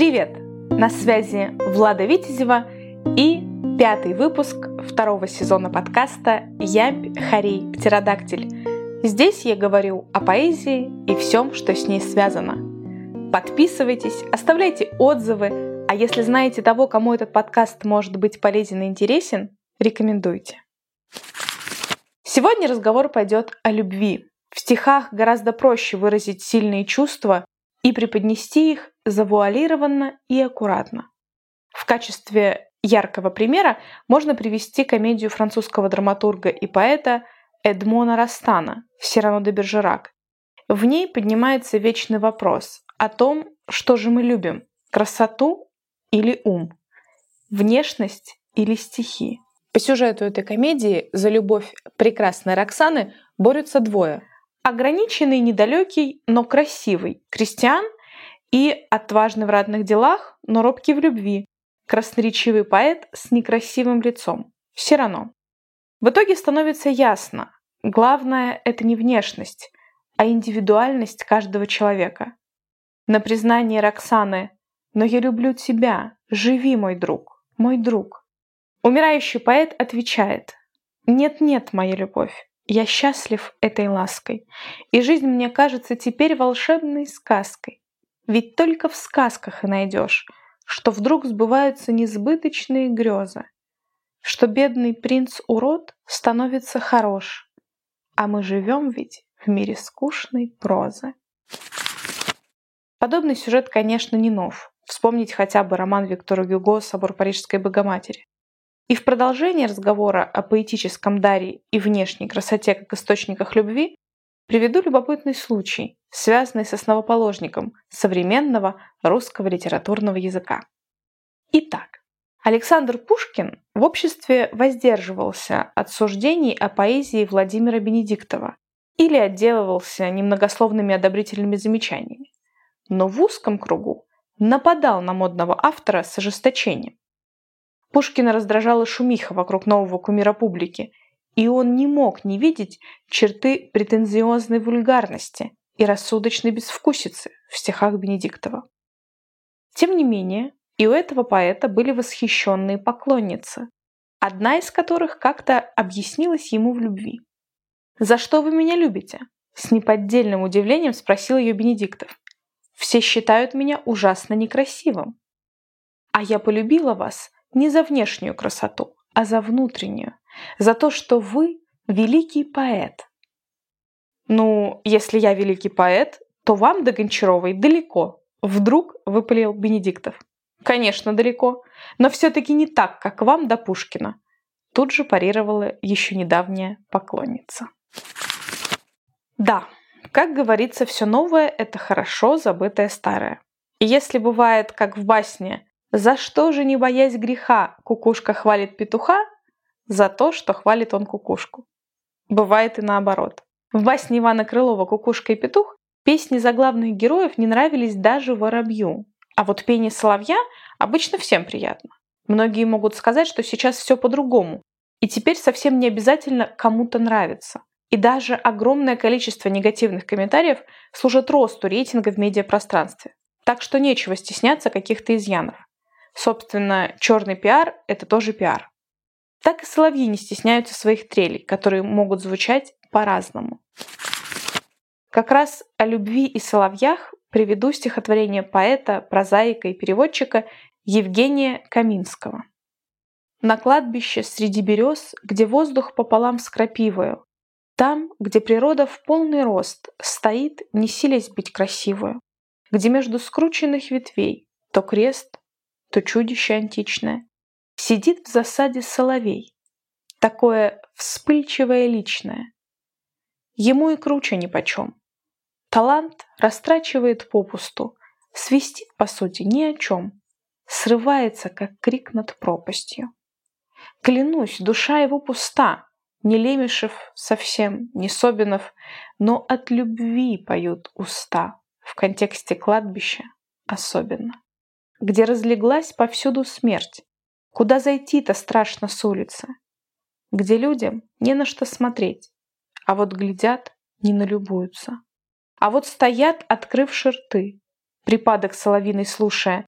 Привет! На связи Влада Витязева и 5-й выпуск 2-го сезона подкаста «Ямб, хорей, птеродактиль». Здесь я говорю о поэзии и всем, что с ней связано. Подписывайтесь, оставляйте отзывы, а если знаете того, кому этот подкаст может быть полезен и интересен, рекомендуйте. Сегодня разговор пойдет о любви. В стихах гораздо проще выразить сильные чувства и преподнести их завуалированно и аккуратно. В качестве яркого примера можно привести комедию французского драматурга и поэта Эдмона Ростана «Сирано де Бержерак». В ней поднимается вечный вопрос о том, что же мы любим – красоту или ум, внешность или стихи. По сюжету этой комедии за любовь прекрасной Роксаны борются двое – ограниченный, недалекий, но красивый Кристиан и отважный в ратных делах, но робкий в любви, красноречивый поэт с некрасивым лицом Сирано. В итоге становится ясно, главное – это не внешность, а индивидуальность каждого человека. На признание Роксаны «Но я люблю тебя, живи, мой друг, мой друг». Умирающий поэт отвечает «Нет-нет, моя любовь, я счастлив этой лаской, и жизнь мне кажется теперь волшебной сказкой. Ведь только в сказках и найдешь, что вдруг сбываются несбыточные грезы, что бедный принц-урод становится хорош, а мы живем ведь в мире скучной прозы». Подобный сюжет, конечно, не нов. Вспомнить хотя бы роман Виктора Гюго «Собор Парижской Богоматери». И в продолжение разговора о поэтическом даре и внешней красоте как источниках любви приведу любопытный случай, связанный с основоположником современного русского литературного языка. Итак, Александр Пушкин в обществе воздерживался от суждений о поэзии Владимира Бенедиктова или отделывался немногословными одобрительными замечаниями, но в узком кругу нападал на модного автора с ожесточением. Пушкина раздражала шумиха вокруг нового кумира публики, и он не мог не видеть черты претенциозной вульгарности и рассудочной безвкусицы в стихах Бенедиктова. Тем не менее, и у этого поэта были восхищенные поклонницы, одна из которых как-то объяснилась ему в любви. «За что вы меня любите?» – с неподдельным удивлением спросил ее Бенедиктов. «Все считают меня ужасно некрасивым. А я полюбила вас не за внешнюю красоту, а за внутреннюю, за то, что вы великий поэт». «Ну, если я великий поэт, то вам до Гончаровой далеко», — вдруг выпалил Бенедиктов. «Конечно, далеко, но все-таки не так, как вам до Пушкина», — тут же парировала еще недавняя поклонница. Да, как говорится, все новое — это хорошо забытое старое. И если бывает, как в басне «За что же, не боясь греха, кукушка хвалит петуха?» За то, что хвалит он кукушку. Бывает и наоборот. В басне Ивана Крылова «Кукушка и петух» песни заглавных героев не нравились даже воробью. А вот пение соловья обычно всем приятно. Многие могут сказать, что сейчас все по-другому, и теперь совсем не обязательно кому-то нравится. И даже огромное количество негативных комментариев служит росту рейтинга в медиапространстве. Так что нечего стесняться каких-то изъянов. Собственно, черный пиар – это тоже пиар. Так и соловьи не стесняются своих трелей, которые могут звучать по-разному. Как раз о любви и соловьях приведу стихотворение поэта, прозаика и переводчика Евгения Каминского. «На кладбище среди берез, где воздух пополам с крапивою, там, где природа в полный рост стоит, не силясь быть красивою, где между скрученных ветвей то крест, то чудище античное, сидит в засаде соловей, такое вспыльчивое личное. Ему и круче нипочем. Талант растрачивает попусту, свистит, по сути, ни о чем, срывается, как крик над пропастью. Клянусь, душа его пуста, не Лемешев совсем, не Собинов, но от любви поют уста, в контексте кладбища особенно, где разлеглась повсюду смерть, куда зайти-то страшно с улицы, где людям не на что смотреть, а вот глядят, не налюбуются. А вот стоят, открывши рты, припадок соловиный слушая,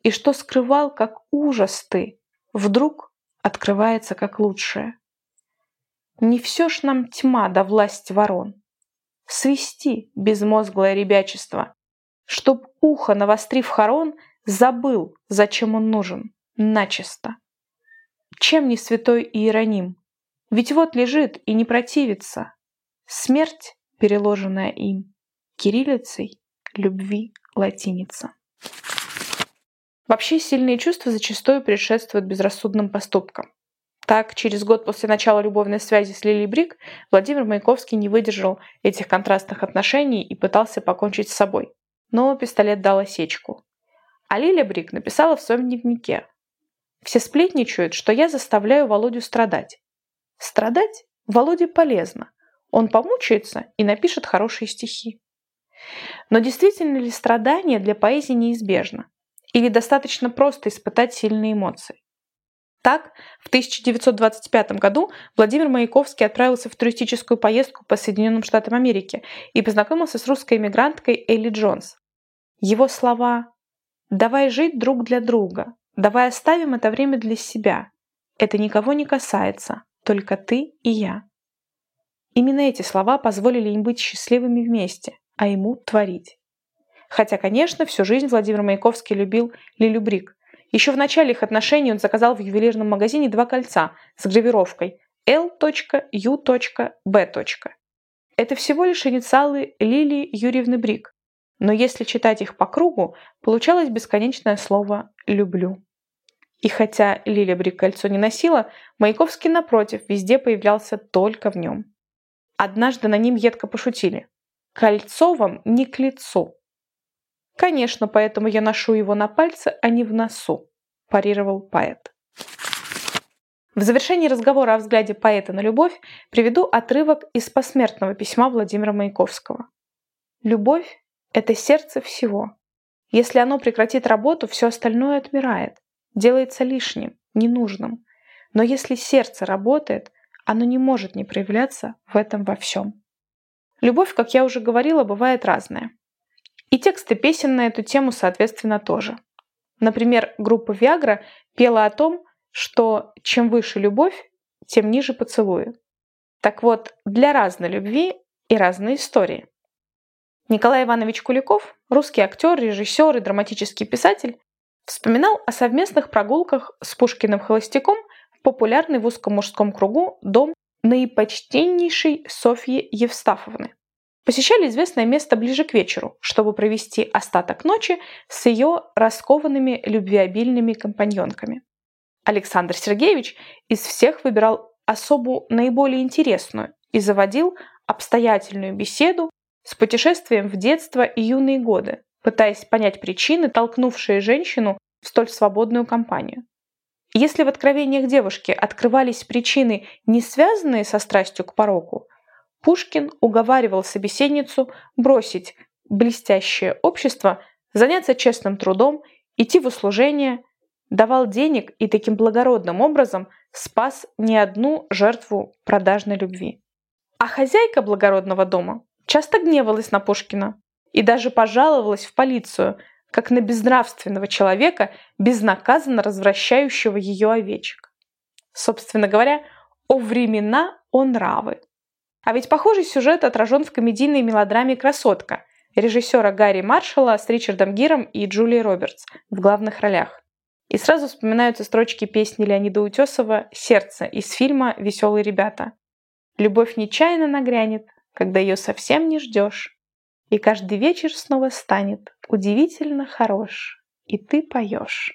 и что скрывал как ужас ты, вдруг открывается как лучшее. Не все ж нам тьма да власть ворон. Свести безмозглое ребячество, чтоб ухо, навострив хорон, забыл, зачем он нужен, начисто. Чем не святой Иероним? Ведь вот лежит и не противится. Смерть, переложенная им, кириллицей, любви латиница. Вообще сильные чувства зачастую предшествуют безрассудным поступкам. Так, через год после начала любовной связи с Лилией Брик Владимир Маяковский не выдержал этих контрастных отношений и пытался покончить с собой. Но пистолет дал осечку. А Лилия Брик написала в своем дневнике: «Все сплетничают, что я заставляю Володю страдать. Страдать Володе полезно. Он помучается и напишет хорошие стихи». Но действительно ли страдание для поэзии неизбежно? Или достаточно просто испытать сильные эмоции? Так, в 1925 году Владимир Маяковский отправился в туристическую поездку по Соединенным Штатам Америки и познакомился с русской эмигранткой Элли Джонс. Его слова «давай жить друг для друга, давай оставим это время для себя, это никого не касается, только ты и я». Именно эти слова позволили им быть счастливыми вместе, а ему творить. Хотя, конечно, всю жизнь Владимир Маяковский любил Лилю Брик. Еще в начале их отношений он заказал в ювелирном магазине 2 кольца с гравировкой L.U.B. Это всего лишь инициалы Лилии Юрьевны Брик, но если читать их по кругу, получалось бесконечное слово «люблю». И хотя Лилия Брик кольцо не носила, Маяковский, напротив, везде появлялся только в нем. Однажды на ним едко пошутили: «Кольцо вам не к лицу». «Конечно, поэтому я ношу его на пальце, а не в носу», – парировал поэт. В завершении разговора о взгляде поэта на любовь приведу отрывок из посмертного письма Владимира Маяковского. «Любовь – это сердце всего. Если оно прекратит работу, все остальное отмирает, делается лишним, ненужным. Но если сердце работает, оно не может не проявляться в этом во всем». Любовь, как я уже говорила, бывает разная. И тексты песен на эту тему, соответственно, тоже. Например, группа Viagra пела о том, что чем выше любовь, тем ниже поцелуи. Так вот, для разной любви и разные истории. Николай Иванович Куликов, русский актер, режиссер и драматический писатель, вспоминал о совместных прогулках с Пушкиным-холостяком в популярный в узком мужском кругу дом наипочтеннейшей Софьи Евстафовны. Посещали известное место ближе к вечеру, чтобы провести остаток ночи с ее раскованными любвеобильными компаньонками. Александр Сергеевич из всех выбирал особу наиболее интересную и заводил обстоятельную беседу с путешествием в детство и юные годы, пытаясь понять причины, толкнувшие женщину в столь свободную компанию. Если в откровениях девушки открывались причины, не связанные со страстью к пороку, Пушкин уговаривал собеседницу бросить блестящее общество, заняться честным трудом, идти в услужение, давал денег и таким благородным образом спас не одну жертву продажной любви. А хозяйка благородного дома часто гневалась на Пушкина и даже пожаловалась в полицию, как на безнравственного человека, безнаказанно развращающего ее овечек. Собственно говоря, о времена, о нравы. А ведь похожий сюжет отражен в комедийной мелодраме «Красотка» режиссера Гарри Маршалла с Ричардом Гиром и Джулией Робертс в главных ролях. И сразу вспоминаются строчки песни Леонида Утесова «Сердце» из фильма «Веселые ребята». «Любовь нечаянно нагрянет, когда ее совсем не ждешь, и каждый вечер снова станет удивительно хорош, и ты поешь».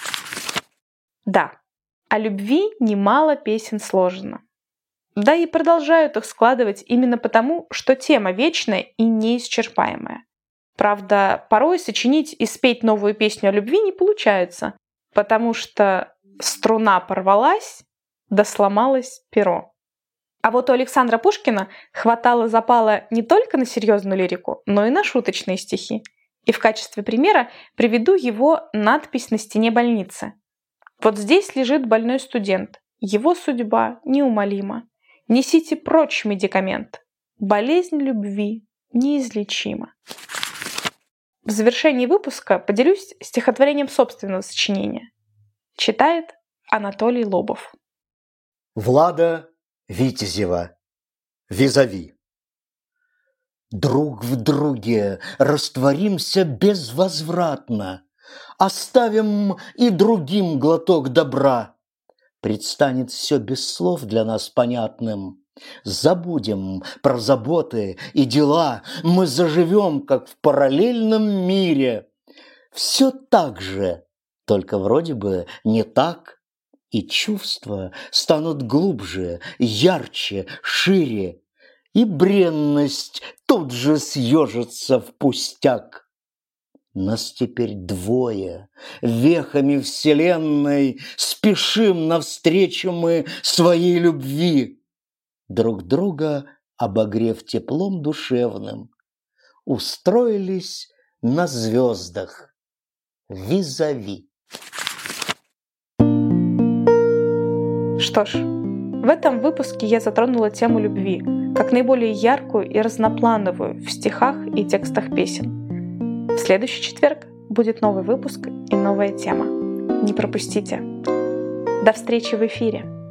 Да, о любви немало песен сложено. Да и продолжают их складывать именно потому, что тема вечная и неисчерпаемая. Правда, порой сочинить и спеть новую песню о любви не получается, потому что струна порвалась, да сломалось перо. А вот у Александра Пушкина хватало запала не только на серьезную лирику, но и на шуточные стихи. И в качестве примера приведу его надпись на стене больницы. «Вот здесь лежит больной студент. Его судьба неумолима. Несите прочь медикамент. Болезнь любви неизлечима». В завершении выпуска поделюсь стихотворением собственного сочинения. Читает Анатолий Лобов. Влада Витязева. Визави. Друг в друге растворимся безвозвратно, оставим и другим глоток добра. Предстанет все без слов для нас понятным. Забудем про заботы и дела, мы заживем, как в параллельном мире. Все так же, только вроде бы не так, и чувства станут глубже, ярче, шире, и бренность тут же съежится в пустяк. Нас теперь двое, вехами вселенной спешим навстречу мы своей любви, друг друга обогрев теплом душевным, устроились на звездах визави. Что ж, в этом выпуске я затронула тему любви, как наиболее яркую и разноплановую в стихах и текстах песен. В следующий четверг будет новый выпуск и новая тема. Не пропустите. До встречи в эфире!